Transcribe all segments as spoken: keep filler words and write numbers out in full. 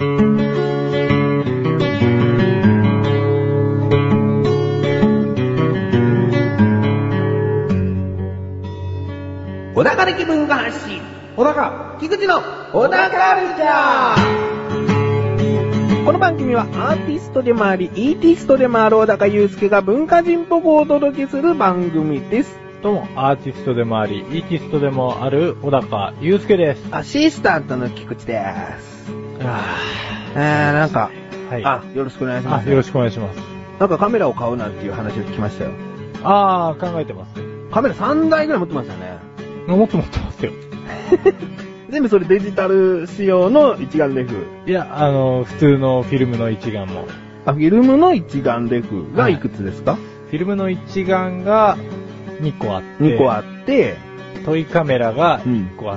小高的文化発信、小高菊池の小高カルチャー。この番組はアーティストでもあり、イーティストでもある小高祐介が文化人っぽくお届けする番組です。 どうも、アーティストでもあり、イーティストでもある小高祐介です。 アシスタントの菊池です。あー、えー、なんか、はい、あ、よろしくお願いします。 あ、よろしくお願いします。 なんかカメラを買うなんていう話を聞きましたよ。 あー、考えてます。 カメラさんだいぐらい持ってますよね。 もっと持ってますよ。 全部それデジタル仕様の一眼レフ。 いや、あの、普通のフィルムの一眼も。 あ、フィルムの一眼レフがいくつですか？はい、 フィルムの一眼がにこあって。 にこあって、 トイカメラがいっこあって、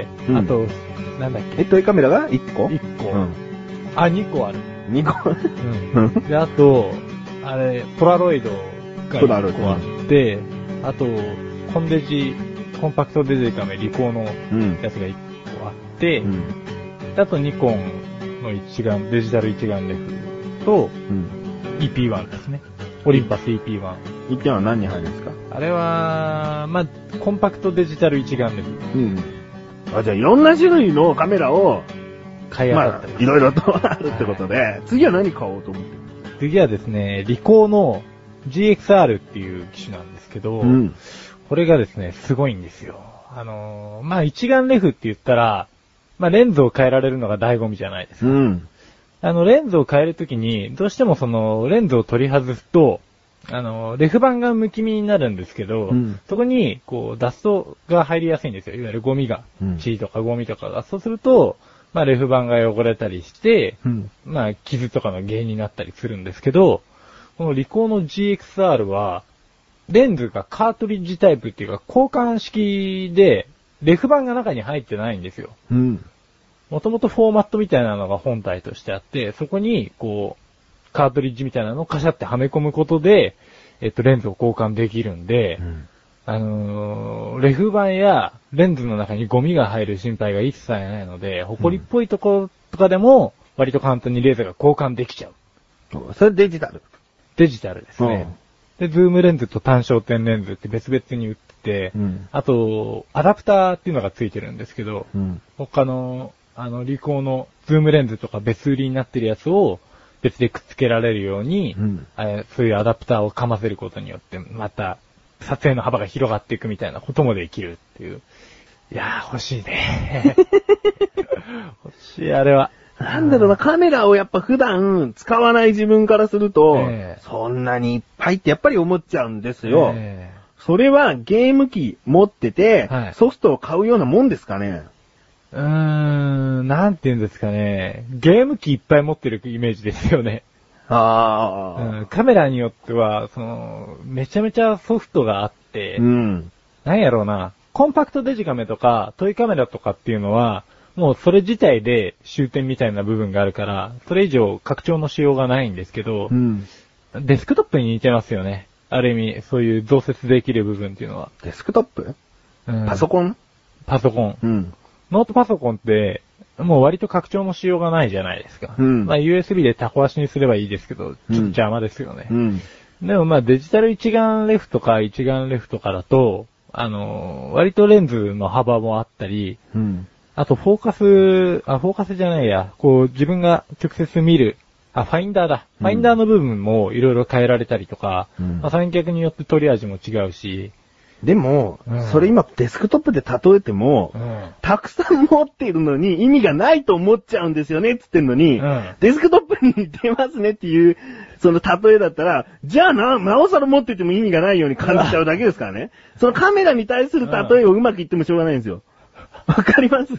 うん、あと、なんだっけ？ え、トイカメラがいっこ？ いっ 個、うん。あ、にこある。 にこうん。で、あと、あれ、ポラロイドがいっこあって、あと、コンデジ、コンパクトデジカメ、リコーのやつがいっこあって、うん、あとニコンの一眼、デジタル一眼レフと、うん、イーピーワン ですね。オリンパス イーピーワン。 イーピーワン は何に入るんですか？ あれは、まあ、コンパクトデジタル一眼レフ。 うん。あ、じゃあいろんな種類のカメラを買い当たってます。 まあ、いろいろとあるってことで、はい、次は何買おうと思ってる？ 次はですね、リコーの ジーエックスアール っていう機種なんですけど、うん、これがですね、すごいんですよ。あのー、まあ、一眼レフって言ったら、まあ、レンズを変えられるのが醍醐味じゃないですか。うん。あの、レンズを変えるときに、どうしてもその、レンズを取り外すと、あの、レフ板がむき身になるんですけど、うん、そこに、こう、ダストが入りやすいんですよ。いわゆるゴミが。うん、チーとかゴミとかが。そうすると、まあ、レフ板が汚れたりして、うん、まあ、傷とかの原因になったりするんですけど、このリコーの ジーエックスアール は、レンズがカートリッジタイプっていうか交換式で、レフ板が中に入ってないんですよ。うん。もともとフォーマットみたいなのが本体としてあって、そこに、こう、カートリッジみたいなのをカシャってはめ込むことで、えっと、レンズを交換できるんで、うん、あのー、レフ板やレンズの中にゴミが入る心配が一切ないので、ホコリっぽいところとかでも、割と簡単にレーザーが交換できちゃう。 うん、それデジタル？ デジタルですね。うんで、ズームレンズと単焦点レンズって別々に売ってて、うん、あと、アダプターっていうのがついてるんですけど、うん、他の、あの、リコーのズームレンズとか別売りになってるやつを別でくっつけられるように、うん、えそういうアダプターをかませることによって、また、撮影の幅が広がっていくみたいなこともできるっていう。いやー、欲しいね。欲しい、あれは。 なんだろうな、カメラをやっぱ普段使わない自分からすると、えー、そんなにいっぱいってやっぱり思っちゃうんですよ。えー、それはゲーム機持ってて、はい、ソフトを買うようなもんですかね？ うーん、なんて言うんですかね。ゲーム機いっぱい持ってるイメージですよね。 ああ、 うん。カメラによっては、その、めちゃめちゃソフトがあって、うん、なんやろうな、コンパクトデジカメとかトイカメラとかっていうのは、もうそれ自体で終点みたいな部分があるから、それ以上拡張のしようがないんですけど、うん、デスクトップに似てますよね。ある意味、そういう増設できる部分っていうのは。 デスクトップ？うん、パソコン？ パソコン。うん、ノートパソコンって、もう割と拡張のしようがないじゃないですか。うん、まあ ユーエスビー でタコ足しにすればいいですけど、ちょっと邪魔ですよね。うんうん、でもまあデジタル一眼レフとか一眼レフとかだと、あのー、割とレンズの幅もあったり、うんあと、フォーカス、あ、フォーカスじゃないや、こう、自分が直接見る、あ、ファインダーだ。ファインダーの部分もいろいろ変えられたりとか、うん、まあ、三脚によって取り味も違うし。 でも、うん、それ今デスクトップで例えても、うん、たくさん持っているのに意味がないと思っちゃうんですよねって言ってんのに、うん、デスクトップに似てますねっていう、その例えだったら、じゃあな、なおさら持ってても意味がないように感じちゃうだけですからね。そのカメラに対する例えをうまく言ってもしょうがないんですよ。わかります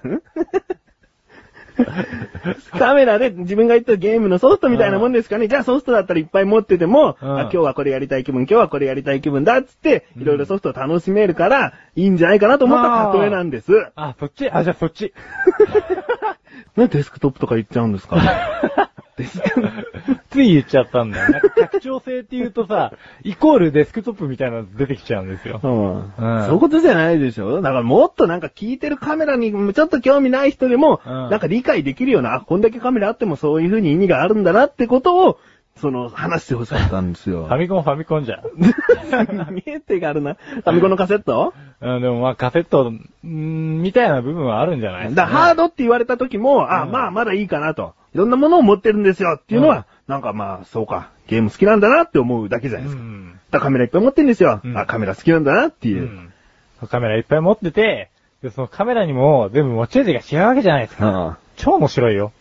カメラで自分が言ったゲームのソフトみたいなもんですかね。じゃあソフトだったらいっぱい持ってても、あ、今日はこれやりたい気分、今日はこれやりたい気分だっつって、いろいろソフトを楽しめるから、いいんじゃないかなと思った例えなんです。 あ、そっちあ、じゃあそっち。 なんでデスクトップとか言っちゃうんですかデスクつい言っちゃったんだよ。拡張性って言うとさ、イコールデスクトップみたいなの出てきちゃうんですよ。 うん。うん、そういうことじゃないでしょ。だからもっとなんか聞いてるカメラにちょっと興味ない人でも、うん、なんか理解できるような、こんだけカメラあってもそういう風に意味があるんだなってことを、その、話してほしかったんですよ。 ファミコンファミコンじゃん。 見えてがあるな。ファミコンのカセットうん、でもまあカセット、んみたいな部分はあるんじゃないですか、ね。 だハードって言われた時も、あ、うん、まあまだいいかなと。いろんなものを持ってるんですよっていうのは、うん、なんかまあ、そうか、ゲーム好きなんだなって思うだけじゃないですか。うん、だカメラいっぱい持ってるんですよ。うん、あ、カメラ好きなんだなっていう、うん。 カメラいっぱい持ってて、でそのカメラにも全部持ち味が違うわけじゃないですか。うん、超面白いよ。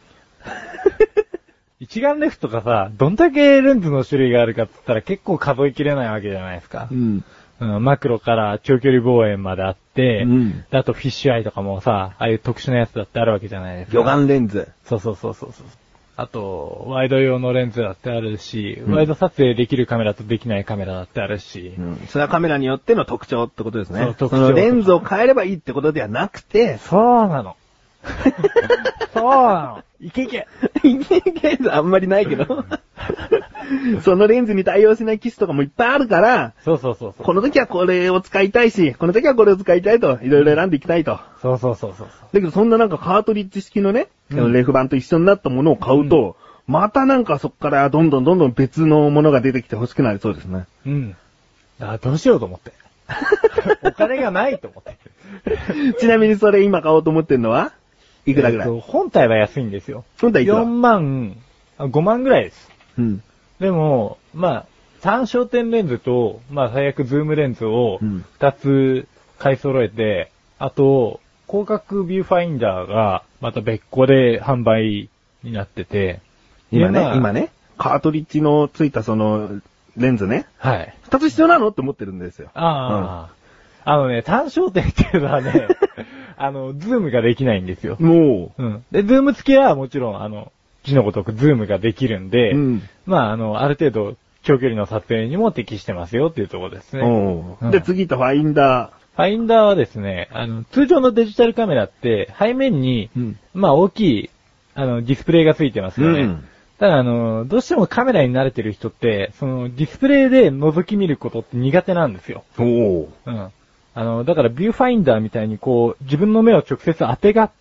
一眼レフとかさ、どんだけレンズの種類があるかって言ったら結構数えきれないわけじゃないですか。うん。うん、マクロから長距離望遠まであって、うん、あとフィッシュアイとかもさ、ああいう特殊なやつだってあるわけじゃないですか。 魚眼レンズ。 そうそうそうそう。あと、ワイド用のレンズだってあるし、うん、ワイド撮影できるカメラとできないカメラだってあるし。 うん、それはカメラによっての特徴ってことですね。そう、特徴。そのレンズを変えればいいってことではなくて。 そうなの。そうなの。いけいけ。 いけいけあんまりないけど。そのレンズに対応しない機種とかもいっぱいあるから。 そうそうそうそう。 この時はこれを使いたいし、この時はこれを使いたいと、いろいろ選んでいきたいと。 そうそうそうそう。 だけどそんななんかカートリッジ式のね、うん、レフ板と一緒になったものを買うと、うん、またなんかそこからどんどんどんどん別のものが出てきて欲しくなりそうですね。 うん。あ、どうしようと思って。お金がないと思って。 ちなみにそれ今買おうと思ってるのはいくらぐらい、えー、 本体は安いんですよ。 本体いくら ?よん万、ごまんぐらいです。 うん。 でも、まあ、単焦点レンズと、まあ最悪ズームレンズを二つ買い揃えて、うん、あと、広角ビューファインダーがまた別個で販売になってて。 今ね、今ね、カートリッジのついたその、レンズね。 はい。 二つ必要なのって思ってるんですよ。 ああ。うん、あのね、単焦点っていうのはね、あの、ズームができないんですよ。 もう。うん。で、ズーム付きはもちろん、あの、字のごとくズームができるんで、うん、まあ、あの、ある程度、長距離の撮影にも適してますよっていうところですね。 うん、で、次とファインダー。 ファインダーはですね、あの、通常のデジタルカメラって、背面に、うん、まあ、大きい、あの、ディスプレイがついてますよね。うん、ただ、あの、どうしてもカメラに慣れてる人って、その、ディスプレイで覗き見ることって苦手なんですよ。 おー。 うん。あの、だからビューファインダーみたいにこう、自分の目を直接当てがって、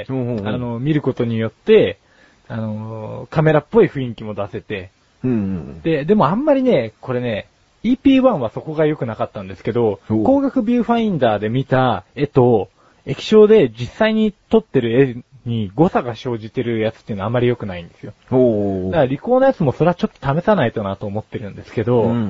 うんうんうん、あの、見ることによって、あの、カメラっぽい雰囲気も出せて、 うんうん、 で、でもあんまりね、これね、イーピーワン はそこが良くなかったんですけど、光学ビューファインダーで見た絵と、液晶で実際に撮ってる絵に誤差が生じてるやつっていうのはあんまり良くないんですよ。 おだからリコーのやつもそれはちょっと試さないとなと思ってるんですけど、うん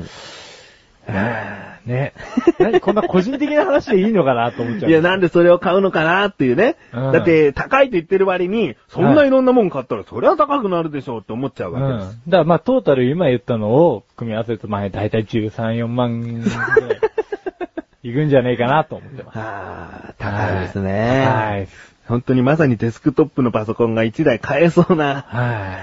ね。何こんな個人的な話でいいのかなと思っちゃう。 いや、なんでそれを買うのかなっていうね。うん、だって、高いと言ってる割に、そんないろんなもん買ったら、そりゃ高くなるでしょうって思っちゃうわけです。 うん、だからまあ、トータル今言ったのを組み合わせると、まあ、だいたいじゅうさん、よんまんぐらいいくんじゃねえかなと思ってます。 ああ、高いですね。 はい。 本当にまさにデスクトップのパソコンがいちだい買えそうな。 はい。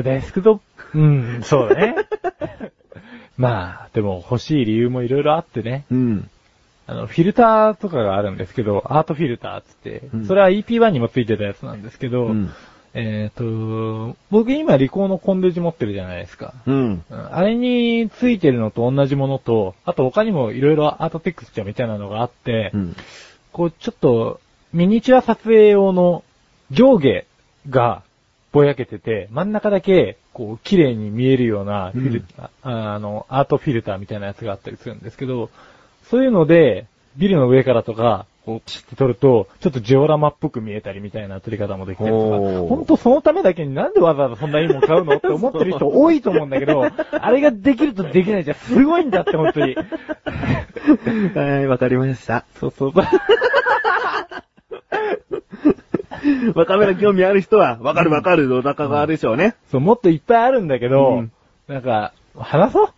デスクトップ、うん、そうだね。まあ、でも欲しい理由もいろいろあってね。 うん。 あの、フィルターとかがあるんですけど、アートフィルターっつって、うん、それは イーピーワン にもついてたやつなんですけど、うん、えっ、ー、と、僕今リコーのコンデジ持ってるじゃないですか。 うん。 あれについてるのと同じものと、あと他にもいろいろアートテクスチャーみたいなのがあって、うん、こうちょっとミニチュア撮影用の上下がぼやけてて、真ん中だけ、こう、綺麗に見えるようなフィルター、うん、あの、アートフィルターみたいなやつがあったりするんですけど、そういうので、ビルの上からとか、こう、ピシッて撮ると、ちょっとジオラマっぽく見えたりみたいな撮り方もできたりとか、ほんとそのためだけになんでわざわざそんないいもん買うのって思ってる人多いと思うんだけど、あれができるとできないじゃん。すごいんだって、ほんとに。 はい、わかりました。 そうそう。 まあ、カメラ興味ある人は、わかるわかるの中側でしょうね、うん。 そう、もっといっぱいあるんだけど、うん、なんか、話そう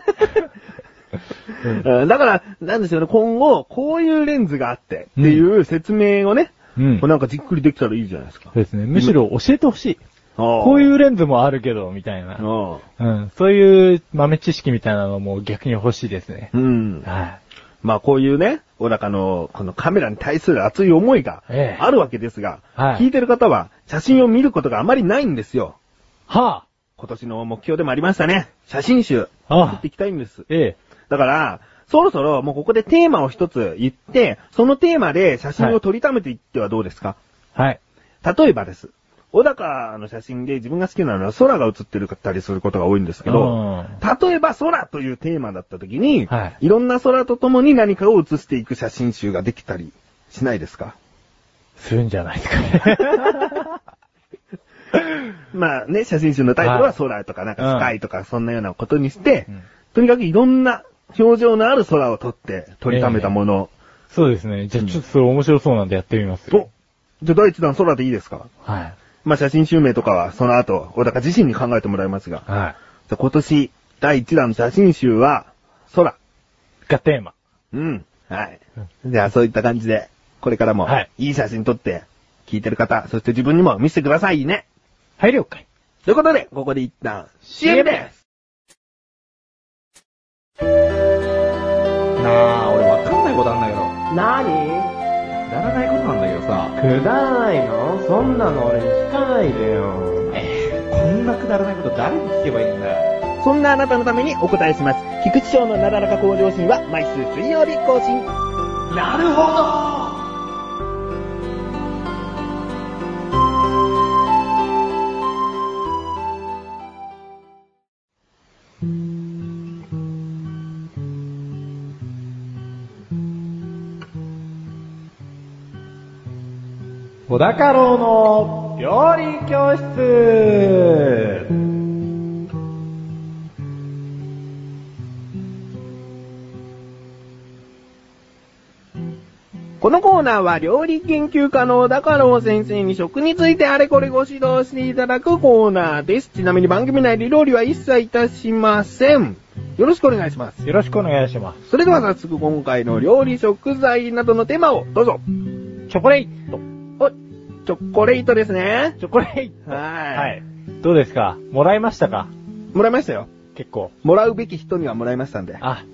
うん、だから、なんですよね、今後、こういうレンズがあってっていう説明をね、うん、なんかじっくりできたらいいじゃないですか。 そうですね。むしろ教えてほしい。こういうレンズもあるけど、みたいな。うん。そういう豆知識みたいなのも逆に欲しいですね。 うん。はい。まあこういうね、小高のこのカメラに対する熱い思いがあるわけですが、ええはい、聞いてる方は写真を見ることがあまりないんですよ。 は今年の目標でもありましたね。写真集。 ああ作っていきたいんです。 ええ。 だから、そろそろもうここでテーマを一つ言って、そのテーマで写真を撮りためていってはどうですか？ はい。 例えばです。小高の写真で自分が好きなのは空が写ってるたりすることが多いんですけど、例えば空というテーマだった時に、はい、いろんな空とともに何かを写していく写真集ができたりしないですか？ するんじゃないですかね。 まあね、写真集のタイトルは空とかなんかスカイとかそんなようなことにして、うん、とにかくいろんな表情のある空を撮って撮りためたもの、 えー。そうですね。じゃあちょっとそれ面白そうなんでやってみますよ。 お、じゃあ第一弾空でいいですか？ はい。 まあ写真集名とかはその後、小高自身に考えてもらいますが。 はい。じゃあ今年第一弾の写真集は空がテーマ。 うん。はい。うん、じゃあそういった感じで、これからもいい写真撮って聞いてる方、そして自分にも見せてくださいね。 はい、了解。 ということで、ここで一旦 シーエム です。 なあ、俺わかんないことあんだけど。 なに？ くだらないことなんだけどさ。 くだらないの？そんなの俺に聞かないでよ。 えー、こんなくだらないこと誰に聞けばいいんだよ。 そんなあなたのためにお答えします。菊池翔のなだらか向上心は毎週水曜日更新。 なるほど。 小高郎の料理教室。 このコーナーは料理研究家の小高郎先生に食についてあれこれご指導していただくコーナーです。ちなみに番組内で料理は一切いたしません。よろしくお願いします。 よろしくお願いします。 それでは早速今回の料理食材などのテーマをどうぞ。 チョコレート。 お、チョコレートですね。 チョコレート。はい。はい。どうですか？もらいましたか？ もらいましたよ。 結構。 もらうべき人にはもらいましたんで。 あ。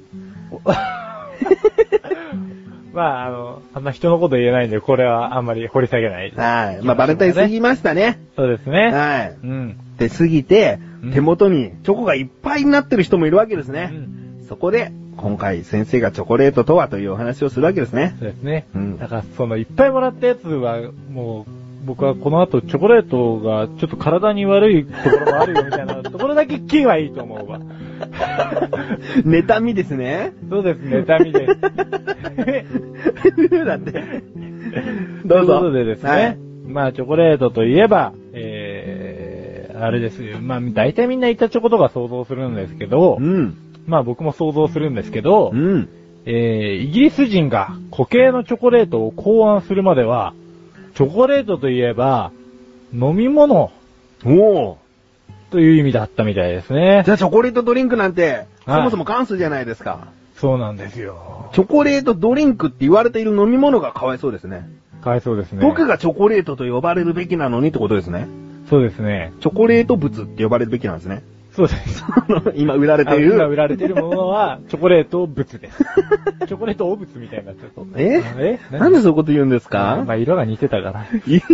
まあ、あの、あんま人のこと言えないんで、これはあんまり掘り下げない。 はい。まあ、バレンタイン過ぎましたね。 そうですね。 はい。 うん。 で、過ぎて、手元にチョコがいっぱいになってる人もいるわけですね。うん、そこで、今回先生がチョコレートとはというお話をするわけですね。 そうですね。うん。だから、そのいっぱいもらったやつは、もう、僕はこの後チョコレートがちょっと体に悪いところもあるよみたいなところだけ聞けばいいと思うわ。 妬みですね。 そうです、妬みです。 だって。どうぞ。ということでですね。はい、まあチョコレートといえば、えー、あれですよ。まあ大体みんな板チョコとか想像するんですけど、うん、まあ僕も想像するんですけど、うん、えー、イギリス人が固形のチョコレートを考案するまでは、チョコレートといえば、飲み物。 おー。 という意味だったみたいですね。 じゃあチョコレートドリンクなんて、そもそも関数じゃないですか。 そうなんですよ。 チョコレートドリンクって言われている飲み物がかわいそうですね。 かわいそうですね。 僕がチョコレートと呼ばれるべきなのにってことですね。 そうですね。 チョコレート物って呼ばれるべきなんですね。 そうです。 今売られている。 今売られているものは、チョコレート物です。チョコレートお物みたいになっちゃうと。 ええなんでそういうこと言うんですか？ まあ、色が似てたから。色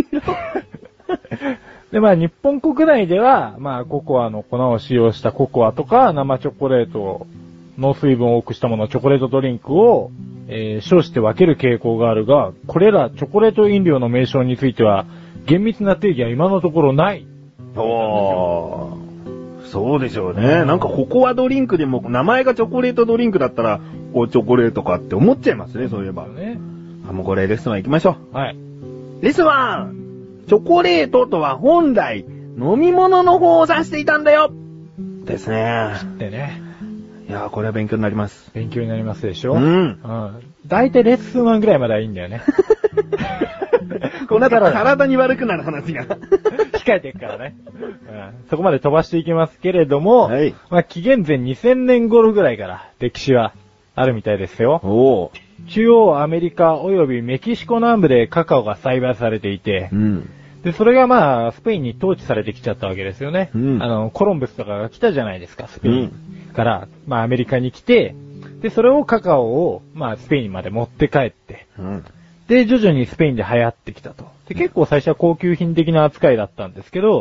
で、まあ、日本国内では、まあ、ココアの粉を使用したココアとか、生チョコレートの水分を多くしたもの、チョコレートドリンクを、えー、称して分ける傾向があるが、これらチョコレート飲料の名称については、厳密な定義は今のところない。 おー。そうでしょうね。なんかココアドリンクでも名前がチョコレートドリンクだったら、おチョコレートかって思っちゃいますね、そういえば。ね、あ、もうこれレッスンワン行きましょう。 はい。 レッスンワン！チョコレートとは本来、飲み物の方を指していたんだよですね。 知ってね。 いやー、これは勉強になります。 勉強になりますでしょ？ うん。うん。 だいたいレッスンワンぐらいまではいいんだよね。 この後体に悪くなる話が。 控えていくからね、うん。そこまで飛ばしていきますけれども、はい、まあ、紀元前にせんねん頃ぐらいから歴史はあるみたいですよ。 お中央アメリカ及びメキシコ南部でカカオが栽培されていて、うん、で、それがまあ、スペインに統治されてきちゃったわけですよね。うん、あの、コロンブスとかが来たじゃないですか、スペインから、うん、まあ、アメリカに来て、で、それをカカオを、まあ、スペインまで持って帰って、うんで、徐々にスペインで流行ってきたと。で、結構最初は高級品的な扱いだったんですけど、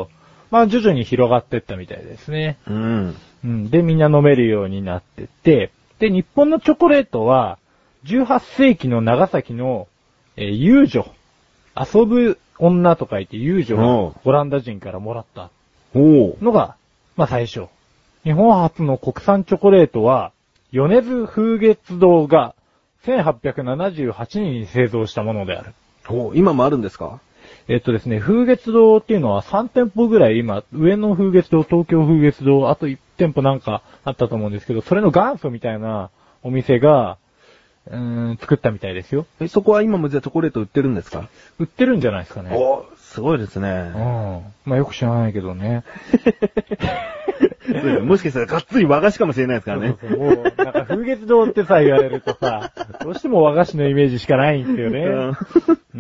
まあ徐々に広がっていったみたいですね。 うん。 うん。で、みんな飲めるようになってって、で、日本のチョコレートは、じゅうはっせいきの長崎の、えー、遊女。遊ぶ女と書いて遊女をオランダ人からもらったのが、まあ最初。日本初の国産チョコレートは、米津風月堂がせんはっぴゃくななじゅうはちねんに製造したものである。 お今もあるんですか？ えっとですね、風月堂っていうのはさんてんぽぐらい今、上野風月堂、東京風月堂、あといちてんぽなんかあったと思うんですけど、それの元祖みたいなお店が、うーん、作ったみたいですよ。 え、そこは今もじゃあチョコレート売ってるんですか？ 売ってるんじゃないですかね。 おすごいですね。 うん。まあよく知らないけどね。 もしかしたらがっつり和菓子かもしれないですからね。 そうそうそうもう、なんか風月堂ってさ、言われるとさ、どうしても和菓子のイメージしかないんですよね。うん。うん。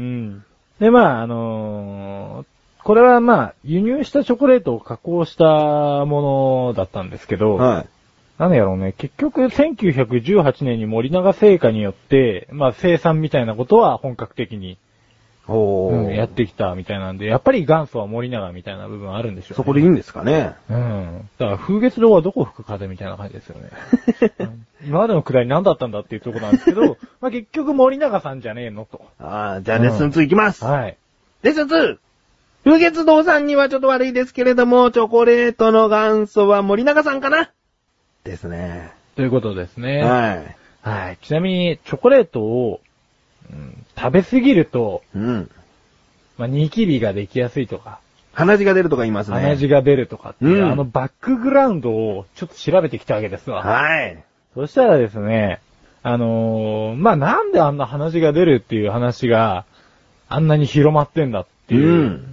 で、まあ、あのー、これはまあ、輸入したチョコレートを加工したものだったんですけど、 はい。 なんやろうね、結局せんきゅうひゃくじゅうはちねんに森永製菓によって、まあ生産みたいなことは本格的に、 おー、 うん、やってきたみたいなんで、やっぱり元祖は森永みたいな部分あるんでしょうね。 そこでいいんですかね。 うん。だから風月堂はどこ吹く風みたいな感じですよね。うん、今までのくだり何だったんだっていうところなんですけど、まあ結局森永さんじゃねえのと。 ああ、じゃあレッスンツーいきます。 うん、はい。 レッスンツー! 風月堂さんにはちょっと悪いですけれども、チョコレートの元祖は森永さんかなですね。 ということですね。 はい。 はい。ちなみに、チョコレートを、うん、食べすぎると、 うん。 まあ、ニキビができやすいとか。 鼻血が出るとか言いますね。 鼻血が出るとかっていう、 うん、 あのバックグラウンドをちょっと調べてきたわけですわ。 はい。 そしたらですね、あのー、まあ、なんであんな鼻血が出るっていう話が、あんなに広まってんだっていう、うん、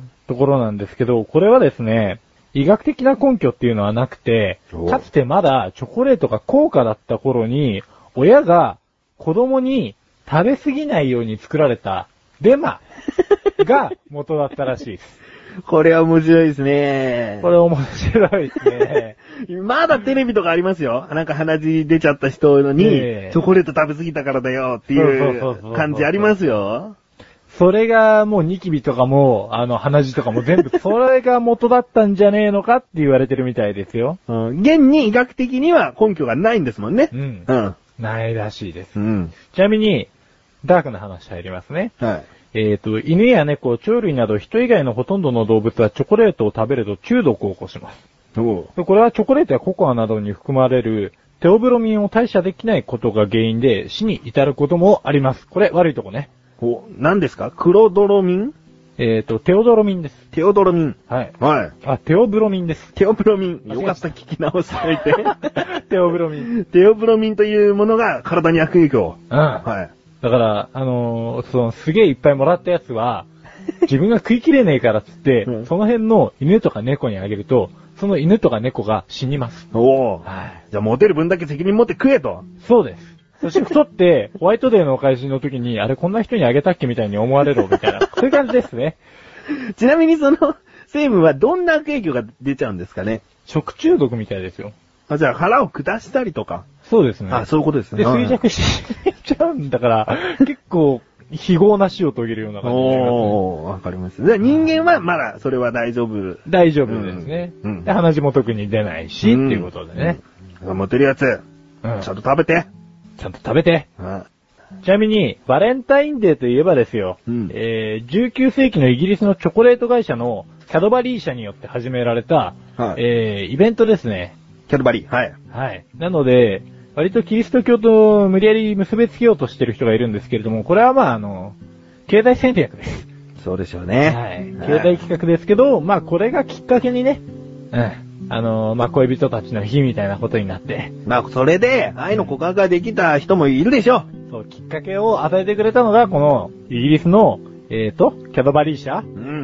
ところなんですけど、これはですね、医学的な根拠っていうのはなくて、かつてまだチョコレートが高価だった頃に、親が子供に食べ過ぎないように作られたデマが元だったらしいです。 これは面白いですね。 これ面白いですね。 まだテレビとかありますよ。なんか鼻血出ちゃった人のに、えー、チョコレート食べ過ぎたからだよっていう感じありますよ。 それがもうニキビとかも、あの鼻血とかも全部それが元だったんじゃねえのかって言われてるみたいですよ。 うん、現に医学的には根拠がないんですもんね。 うん。うん。ないらしいです。 うん。 ちなみに、ダークな話入りますね。 はい。 えっと、犬や猫、鳥類など人以外のほとんどの動物はチョコレートを食べると中毒を起こします。 おう。 これはチョコレートやココアなどに含まれるテオブロミンを代謝できないことが原因で死に至ることもあります。これ悪いとこね。 お、何ですか？クロドロミン？ えっと、テオドロミンです。 テオドロミン。 はい。 はい。 あ、テオブロミンです。 テオブロミン。よかった聞き直しておいて。 テオブロミン。 テオブロミンというものが体に悪影響。 うん。はい。だから、あのー、その、すげえいっぱいもらったやつは、自分が食い切れねえからっつって、うん、その辺の犬とか猫にあげると、その犬とか猫が死にます。 おー。はい。じゃあモテる分だけ責任持って食えと。 そうです。そして太って、ホワイトデーのお返しの時に、あれこんな人にあげたっけみたいに思われるみたいな、そういう感じですね。 ちなみにその成分はどんな悪影響が出ちゃうんですかね？ 食中毒みたいですよ。 あ、じゃあ腹を下したりとか。 そうですね。 あ、そういうことですね。 で、衰弱しちゃうんだから、結構、非業な死を遂げるような感じになりますね。 おー、わかります。で、人間はまだそれは大丈夫。 大丈夫ですね。うん、で、鼻血も特に出ないし、うん、っていうことでね。 うん、モテるやつ、うん、ちゃんと食べて。 ちゃんと食べて。うん、ちなみに、バレンタインデーといえばですよ、うん、えー、じゅうきゅうせいきのイギリスのチョコレート会社のキャドバリー社によって始められた、はい、えー、イベントですね。 キャドバリー。はい。 はい。なので、割とキリスト教と無理やり結びつけようとしてる人がいるんですけれども、これはまああの、経済戦略です。 そうでしょうね。 はい。経済企画ですけど、まあこれがきっかけにね、うん。あの、まあ恋人たちの日みたいなことになって。 まあそれで愛の告白ができた人もいるでしょう。 そう、きっかけを与えてくれたのが、このイギリスの、えーと、キャドバリー社。うん。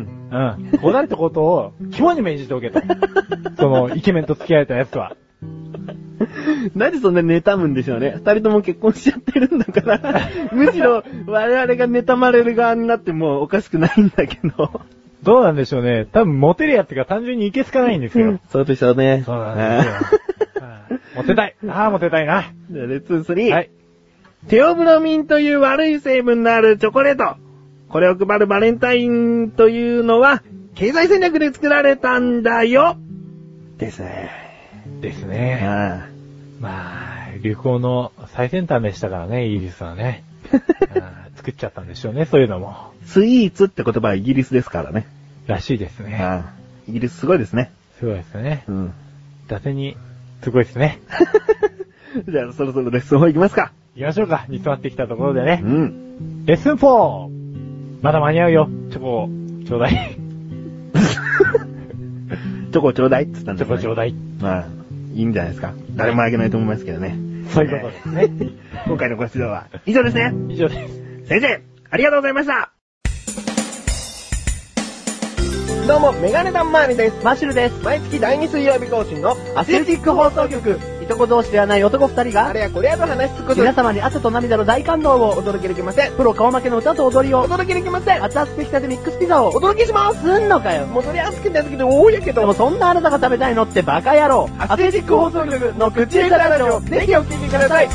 うん。こうなってことを肝に銘じておけと。そのイケメンと付き合えたやつは。 なんでそんな妬むんでしょうね。二人とも結婚しちゃってるんだから、むしろ我々が妬まれる側になってもおかしくないんだけど。 どうなんでしょうね。多分モテるやつが単純にいけつかないんですよ。 そうでしょうね。 そうなんですよ。モテたい。ああ、モテたいな。 じゃあ、レッツースリー。 はい。 テオブロミンという悪い成分のあるチョコレート。これを配るバレンタインというのは、 経済戦略で作られたんだよですね。 ですね。 ああまあ、流行の最先端でしたからね、イギリスはね。あ作っちゃったんでしょうね、そういうのも。 スイーツって言葉はイギリスですからね。 らしいですね。 ああイギリスすごいですね。 すごいですね。 うん。 伊達に、すごいですね。 じゃあそろそろレッスンフォー行きますか。 行きましょうか。煮詰まってきたところでね。 うん。 レッスンフォーまだ間に合うよ。チョコ、ちょうだい。 チョコちょうだいって言ったんですね。 チョコちょうだい。 まあ、いいんじゃないですか。誰もあげないと思いますけどね。 そういうことですね。 今回のご指導は以上ですね。 以上です。 先生、ありがとうございました。どうも、メガネタンマーニです。 マッシュルです。 毎月だいに水曜日更新のアスレチック放送局。いとこ同士ではない男二人が、 あれやこれやと話し尽くす。 皆様に汗と涙の大感動をお届けできません。 プロ顔負けの歌と踊りをお届けできません。 熱々できたてミックスピザをお届けします。 すんのかよ。 もうそりゃ好きな好きで多いやけど。 でもそんなあなたが食べたいのってバカ野郎。 アスレチック放送局の口下手ラジオ、ぜひお聞きください。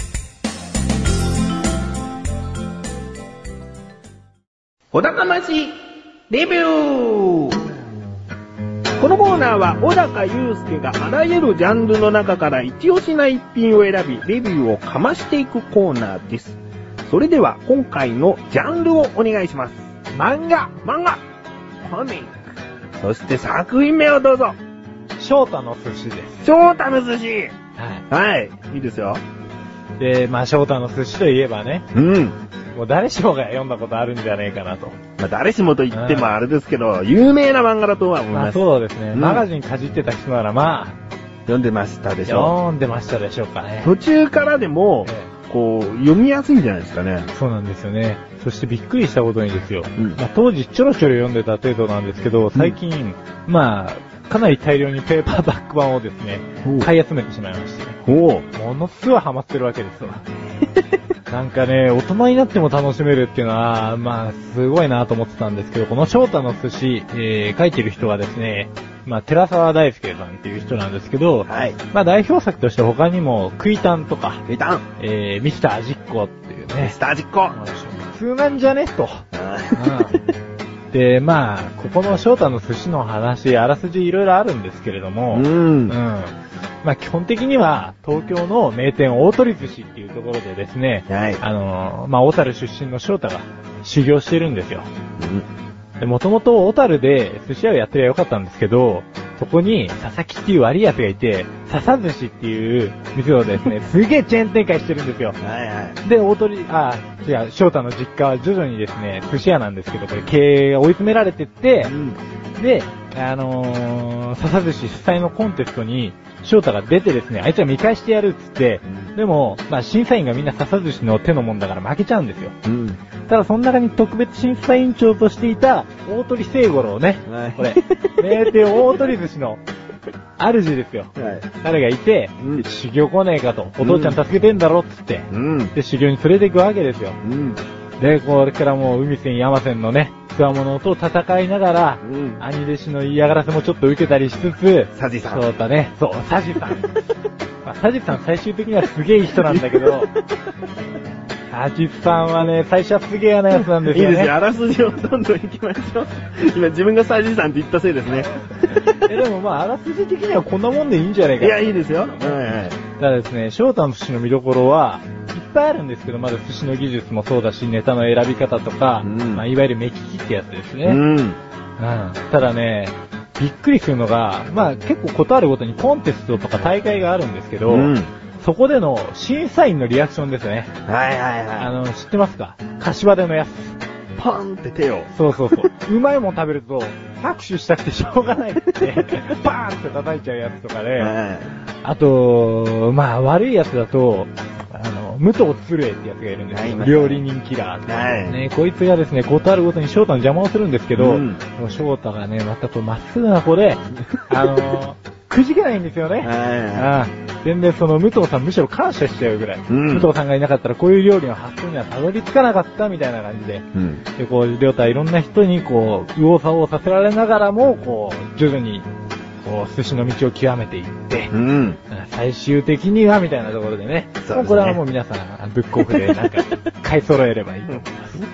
小高ましレビュー。このコーナーは小高祐介があらゆるジャンルの中から一押しな一品を選び、レビューをかましていくコーナーです。それでは今回のジャンルをお願いします。 漫画漫画コミックそして作品名をどうぞ。 翔太の寿司です。 翔太の寿司ははい、いいですよ。 い。で、まあ翔太の寿司といえばね、 うん。 もう誰しもが読んだことあるんじゃねえかなと。 まあ誰しもと言ってもあれですけど、有名な漫画だとは思いまあます。 そうですね、 うんマガジンかじってた人ならまあ、 読んでましたでしょ。 読んでましたでしょうかね。 途中からでも、 えこう、読みやすいんじゃないですかね。 えそうなんですよね。そしてびっくりしたことにですよ。 うんまあ当時ちょろちょろ読んでた程度なんですけど、最近、まあ、かなり大量にペーパーバック版をですねおう、 買い集めてしまいましてね。 おう。 ものすごいハマってるわけですわ。なんかね、大人になっても楽しめるっていうのは、まあ、すごいなと思ってたんですけど、この翔太の寿司、えー、書いてる人はですね、まあ、寺沢大輔さんっていう人なんですけど、 はい。 まあ、代表作として他にも、クイタンとか、 リターン。 えー、ミスター味っ子っていうねミス、ター実行。 普通なんじゃねと。 あうん、で、まあ、ここの翔太の寿司の話、あらすじいろいろあるんですけれども、 ーうん。 うんまあ基本的には東京の名店大鳥寿司っていうところでですね、 はい。 あのー、まあ小樽出身の翔太が修行してるんですよ。 うん。 で、もともと小樽で寿司屋をやってりゃよかったんですけど、そこに佐々木っていう悪い奴がいて、笹寿司っていう店をですね、すげえチェーン展開してるんですよ。 はいはい。 で、大鳥、あ、違う、翔太の実家は徐々にですね、寿司屋なんですけど、これ経営が追い詰められてってう、ん。 で、あのー、笹寿司主催のコンテストに、翔太が出てですね、あいつは見返してやるっつって、でも、まあ審査員がみんな笹寿司の手のもんだから負けちゃうんですよ。 うん。 ただその中に特別審査委員長としていた、大鳥聖五郎ね。 はいこれ、名店大鳥寿司の、主ですよ。 はい。 彼がいて、 うんで修行来ねえかと、お父ちゃん助けてんだろっつって、 うん。 で、修行に連れて行くわけですよ。 うん。 で、これからもう海線山線のね、強者と戦いながら、 うん。 兄弟子の嫌がらせもちょっと受けたりしつつ、 サジさん。 そうだね。そう、サジさん。まあ、サジさん最終的にはすげえいい人なんだけど、サジさんはね、最初はすげえ嫌なやつなんですよね。 いいですよ。あらすじをどんどん行きましょう。今自分がサジさんって言ったせいですね。 えでもまあ、あらすじ的にはこんなもんでいいんじゃないか。 いや、いいですよ。はいはい。 ただですね、翔太の寿司の見どころは、いっぱいあるんですけど、まだ寿司の技術もそうだし、ネタの選び方とか、 うんまあ、いわゆる目利きってやつですね。 うん。 うんただね、びっくりするのが、まあ結構ことあるごとにコンテストとか大会があるんですけど、 うん。 そこでの審査員のリアクションですね。 はいはいはあの、知ってますか？柏でのやつ。 い。パンって手を。 そうそうそう。うまいもん食べると、拍手したくてしょうがないって、バーンって叩いちゃうやつとかで、 はあと、まあ悪いやつだと、あの、武藤鶴英ってやつがいるんですよ。 はい料理人キラーって。 はいね、こいつがですね、ことあるごとに翔太の邪魔をするんですけど、 うんもう翔太がね、またこうまっすぐな子で、あの、くじけないんですよね。 い。はいはい。 ああ全然その武藤さんむしろ感謝しちゃうぐらい。 うん武藤さんがいなかったらこういう料理の発想にはたどり着かなかったみたいな感じで。 うん。 で、こう、りょうたはいろんな人にこう、右往左往させられながらも、こう、徐々に、こう、寿司の道を極めていって、 うん。 最終的にはみたいなところでね。 そうですねもうこれはもう皆さん、ブックオフでなんか、買い揃えればいいと思います。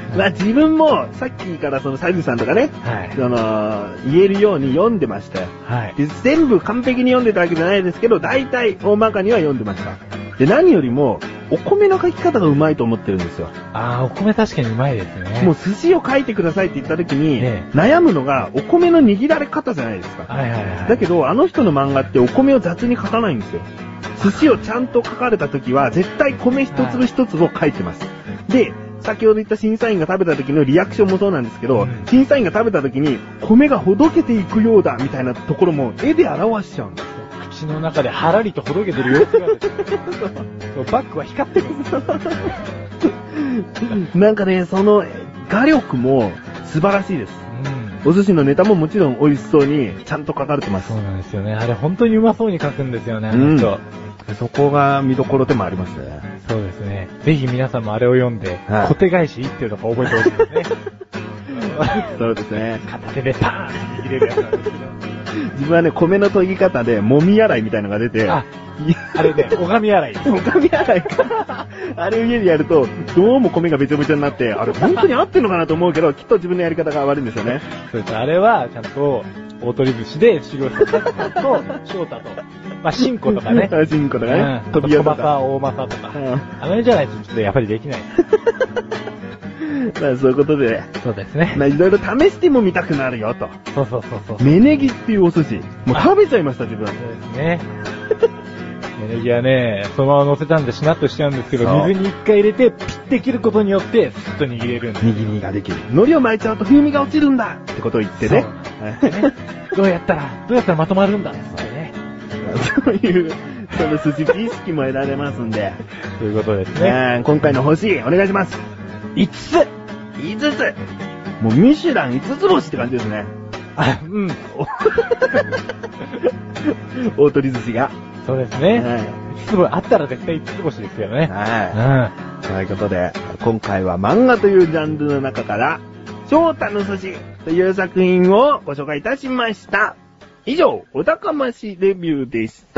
まあ自分もさっきからそのサイズさんとかね、はい、その言えるように読んでましたよ。はい、で全部完璧に読んでたわけじゃないですけど、大体大まかには読んでました。で何よりもお米の書き方がうまいと思ってるんですよ。 ああ、お米確かにうまいですね。 もう寿司を書いてくださいって言った時に、ね、悩むのがお米の握られ方じゃないですか。はいはいはい。だけどあの人の漫画ってお米を雑に書かないんですよ。寿司をちゃんと書かれた時は絶対米一粒一粒を書いてます。で、先ほど言った審査員が食べた時のリアクションもそうなんですけど、うん、審査員が食べた時に米がほどけていくようだみたいなところも絵で表しちゃうんですよ。 口の中ではらりとほどけてる様子がそうバッグは光ってるなんかね、その画力も素晴らしいです。うん、お寿司のネタももちろん美味しそうにちゃんと書かれてます。 そうなんですよね。あれ本当にうまそうに書くんですよね、あの人。 うん、そこが見どころでもありますね。 そうですね。ぜひ皆さんもあれを読んで、はい、小手返しっていうのが覚えてほしいですね。 そうですね。 片手でパーンって握れるやつなんですけど。 自分はね、米の研ぎ方で、もみ洗いみたいなのが出て、 あ、あれね、おがみ洗い。 おがみ洗いか。あれを家でやると、どうも米がべちゃべちゃになって、あれ本当に合ってんのかなと思うけど、きっと自分のやり方が悪いんですよね。 そうです。あれは、ちゃんと、大鳥寿司で修行したと、翔太と、まあ、シンコとかね。 シンコとかね。 飛び屋とか。大政とか。うん、あの辺じゃないと、ちょっとやっぱりできない。 まあそういうことで。 そうですね。 まあいろいろ試しても見たくなるよと。 そうそうそうそう。 芽ネギっていうお寿司。もう食べちゃいました、自分。 そうですね。芽ネギはね、そのまま乗せたんでしなっとしちゃうんですけど、水に一回入れて、ピッて切ることによって、スッと握れるんです。 握りができる。海苔を巻いちゃうと風味が落ちるんだってことを言ってね。 ねどうやったら、どうやったらまとまるんだってね。 そういう、その寿司知識も得られますんで。 そういうことですね。 今回の星、お願いします。 いつついつつもうミシュランいつつ星って感じですね。 あ、うん。 大鳥寿司が。 そうですね。はい。いつつ星あったら絶対いつつ星ですよね。 はい。うん。ということで、今回は漫画というジャンルの中から、翔太の寿司という作品をご紹介いたしました。以上、お高ましレビューでした。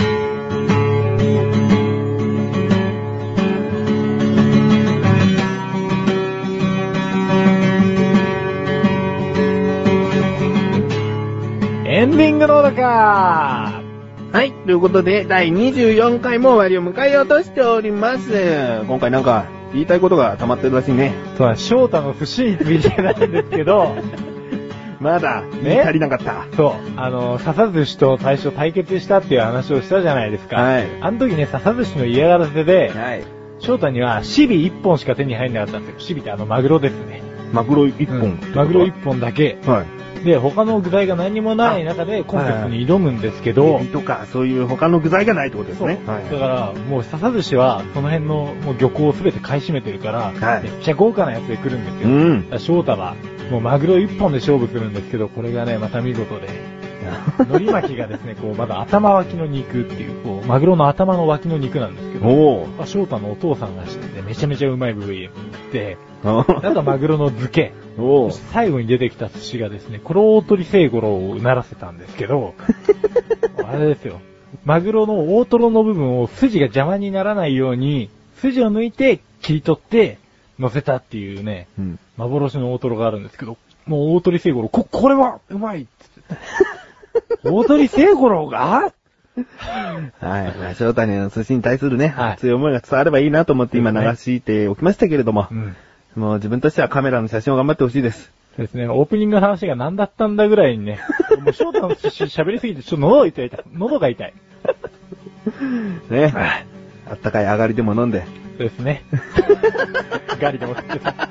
エンディングのだかはい。ということで、だいにじゅうよんかいも終わりを迎えようとしております。今回なんか、言いたいことが溜まってるらしいね。 そうだ、翔太の寿司についてなんですけど、 まだ、言い足りなかった。 そう。あの、笹寿司と最初対決したっていう話をしたじゃないですか。はい。あの時ね、笹寿司の嫌がらせで、はい。翔太には、シビいっぽんしか手に入んなかったんですよ。シビってあの、マグロですね。 マグロいっぽん、うん、 マグロいっぽんだけ。はい。で、他の具材が何もない中でコンテストに挑むんですけど、 エビとかそういう他の具材がないってことですね。 はい、だから、もう笹寿司はその辺のもう漁港を全て買い占めてるから、はい、めっちゃ豪華なやつで来るんですよ。うん。翔太は、もうマグロ一本で勝負するんですけど、これがね、また見事で、海苔巻きがですね、こう、まだ頭脇の肉っていう、こう、マグロの頭の脇の肉なんですけど、おー。翔太のお父さんがしてて、めちゃめちゃうまい部位で、あとマグロの漬け。お最後に出てきた寿司がですね、これ大鳥聖五郎をうならせたんですけど、あれですよ。マグロの大トロの部分を筋が邪魔にならないように、筋を抜いて切り取って乗せたっていうね、うん、幻の大トロがあるんですけど、もう大鳥聖五郎、こ、これはうまいっつって大鳥聖五郎がはい。まあ、翔太の寿司に対するね、はい、熱い思いが伝わればいいなと思って今流しておきましたけれども、うん、もう自分としてはカメラの写真を頑張ってほしいです。 そうですね、オープニングの話が何だったんだぐらいにね、もう翔太の寿司喋りすぎてちょっと喉が痛い、喉が痛い。 ね、あったかい上がりでも飲んで。 そうですね。ガリでも食ってた。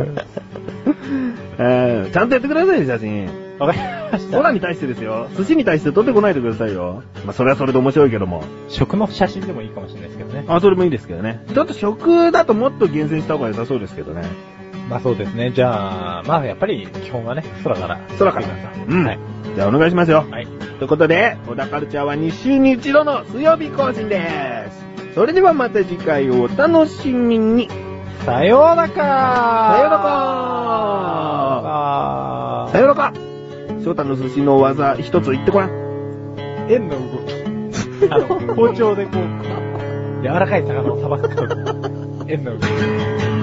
えー、ちゃんとやってくださいよ、写真。 わかりました。 空に対してですよ。寿司に対して撮ってこないでくださいよ。まあ、それはそれで面白いけども。 食の写真でもいいかもしれないですけどね。 あ、それもいいですけどね。ちょっと食だともっと厳選した方が良さそうですけどね。 まあそうですね。じゃあ、まあやっぱり基本はね、空から。 空から。うん。はい。じゃあお願いしますよ。はい。ということで、小田カルチャーはに週に一度の水曜日更新です。それではまた次回をお楽しみに。 さようならかー。 さようならかー。さようならか。翔太の寿司の技一つ言ってごらん。 円の動き。あの、包丁でこう、柔らかい魚をさばくと、円の動き。